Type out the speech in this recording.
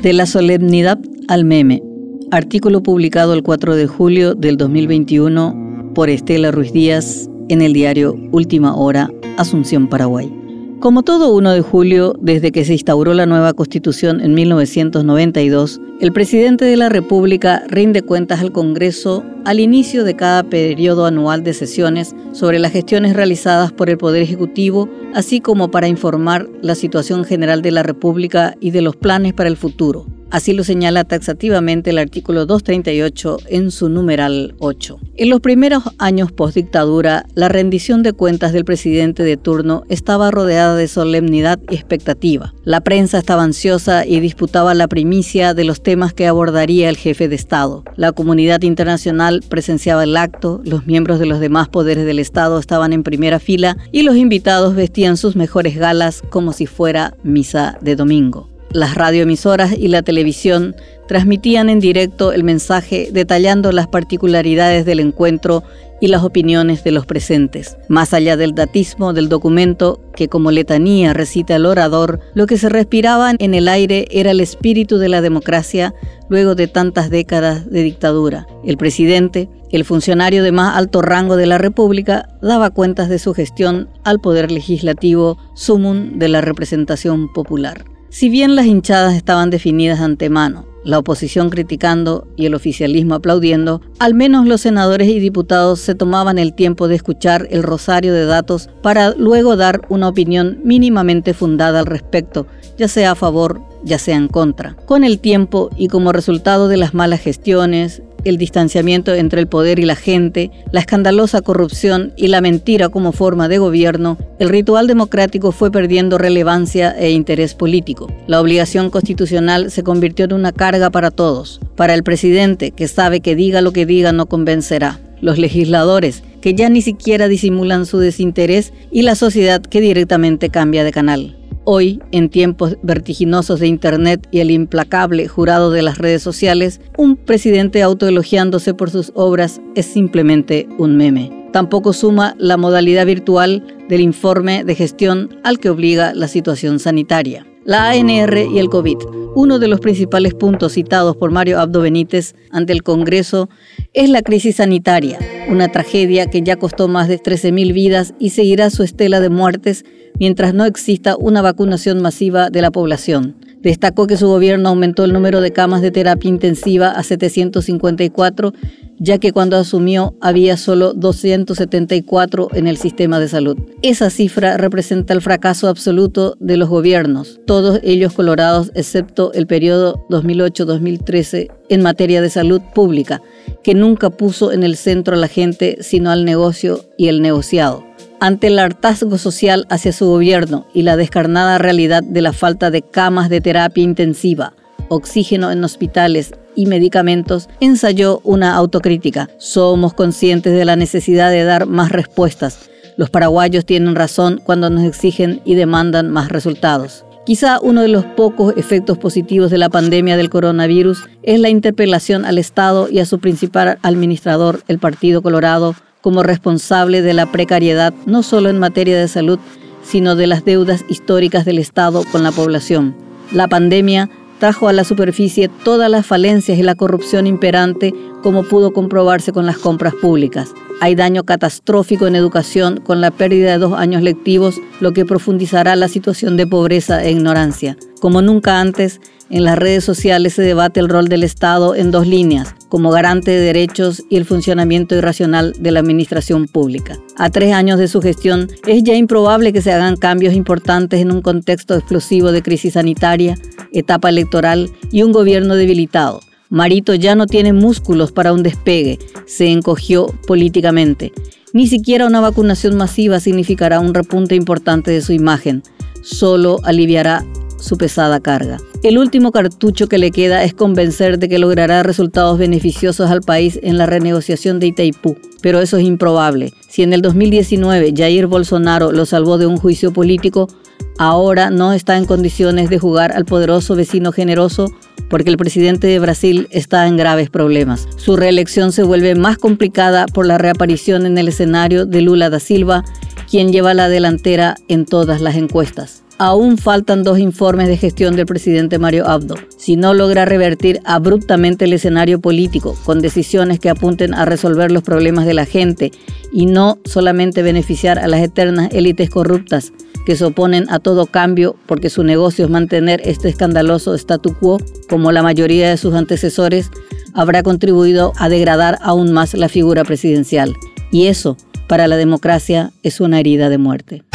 De la solemnidad al meme. Artículo publicado el 4 de julio del 2021 por Estela Ruiz Díaz en el diario Última Hora, Asunción, Paraguay. Como todo 1 de julio, desde que se instauró la nueva Constitución en 1992, el presidente de la República rinde cuentas al Congreso al inicio de cada periodo anual de sesiones sobre las gestiones realizadas por el Poder Ejecutivo, así como para informar la situación general de la República y de los planes para el futuro. Así lo señala taxativamente el artículo 238 en su numeral 8. En los primeros años postdictadura, la rendición de cuentas del presidente de turno estaba rodeada de solemnidad y expectativa. La prensa estaba ansiosa y disputaba la primicia de los temas que abordaría el jefe de Estado. La comunidad internacional presenciaba el acto, los miembros de los demás poderes del Estado estaban en primera fila y los invitados vestían sus mejores galas como si fuera misa de domingo. Las radioemisoras y la televisión transmitían en directo el mensaje detallando las particularidades del encuentro y las opiniones de los presentes. Más allá del datismo del documento, que como letanía recita el orador, lo que se respiraba en el aire era el espíritu de la democracia luego de tantas décadas de dictadura. El presidente, el funcionario de más alto rango de la República, daba cuentas de su gestión al Poder Legislativo, sumum de la representación popular. Si bien las hinchadas estaban definidas de antemano, la oposición criticando y el oficialismo aplaudiendo, al menos los senadores y diputados se tomaban el tiempo de escuchar el rosario de datos para luego dar una opinión mínimamente fundada al respecto, ya sea a favor, ya sea en contra. Con el tiempo y como resultado de las malas gestiones, el distanciamiento entre el poder y la gente, la escandalosa corrupción y la mentira como forma de gobierno, el ritual democrático fue perdiendo relevancia e interés político. La obligación constitucional se convirtió en una carga para todos. Para el presidente, que sabe que diga lo que diga no convencerá. Los legisladores, que ya ni siquiera disimulan su desinterés, y la sociedad, que directamente cambia de canal. Hoy, en tiempos vertiginosos de Internet y el implacable jurado de las redes sociales, un presidente autoelogiándose por sus obras es simplemente un meme. Tampoco suma la modalidad virtual del informe de gestión al que obliga la situación sanitaria. La ANR y el COVID. Uno de los principales puntos citados por Mario Abdo Benítez ante el Congreso es la crisis sanitaria, una tragedia que ya costó más de 13.000 vidas y seguirá su estela de muertes mientras no exista una vacunación masiva de la población. Destacó que su gobierno aumentó el número de camas de terapia intensiva a 754, ya que cuando asumió había solo 274 en el sistema de salud. Esa cifra representa el fracaso absoluto de los gobiernos, todos ellos colorados excepto el periodo 2008-2013 en materia de salud pública, que nunca puso en el centro a la gente sino al negocio y el negociado. Ante el hartazgo social hacia su gobierno y la descarnada realidad de la falta de camas de terapia intensiva, oxígeno en hospitales y medicamentos, ensayó una autocrítica. Somos conscientes de la necesidad de dar más respuestas. Los paraguayos tienen razón cuando nos exigen y demandan más resultados. Quizá uno de los pocos efectos positivos de la pandemia del coronavirus es la interpelación al Estado y a su principal administrador, el Partido Colorado, como responsable de la precariedad no solo en materia de salud, sino de las deudas históricas del Estado con la población. La pandemia trajo a la superficie todas las falencias y la corrupción imperante, como pudo comprobarse con las compras públicas. Hay daño catastrófico en educación con la pérdida de 2 años lectivos, lo que profundizará la situación de pobreza e ignorancia. Como nunca antes, en las redes sociales se debate el rol del Estado en 2 líneas, como garante de derechos y el funcionamiento irracional de la administración pública. A 3 años de su gestión, es ya improbable que se hagan cambios importantes en un contexto explosivo de crisis sanitaria, etapa electoral y un gobierno debilitado. Marito ya no tiene músculos para un despegue, se encogió políticamente. Ni siquiera una vacunación masiva significará un repunte importante de su imagen, solo aliviará su pesada carga. El último cartucho que le queda es convencer de que logrará resultados beneficiosos al país en la renegociación de Itaipú, pero eso es improbable. Si en el 2019 Jair Bolsonaro lo salvó de un juicio político, ahora no está en condiciones de jugar al poderoso vecino generoso porque el presidente de Brasil está en graves problemas. Su reelección se vuelve más complicada por la reaparición en el escenario de Lula da Silva, quien lleva la delantera en todas las encuestas. Aún faltan 2 informes de gestión del presidente Mario Abdo. Si no logra revertir abruptamente el escenario político con decisiones que apunten a resolver los problemas de la gente y no solamente beneficiar a las eternas élites corruptas que se oponen a todo cambio porque su negocio es mantener este escandaloso statu quo, como la mayoría de sus antecesores, habrá contribuido a degradar aún más la figura presidencial. Y eso, para la democracia, es una herida de muerte.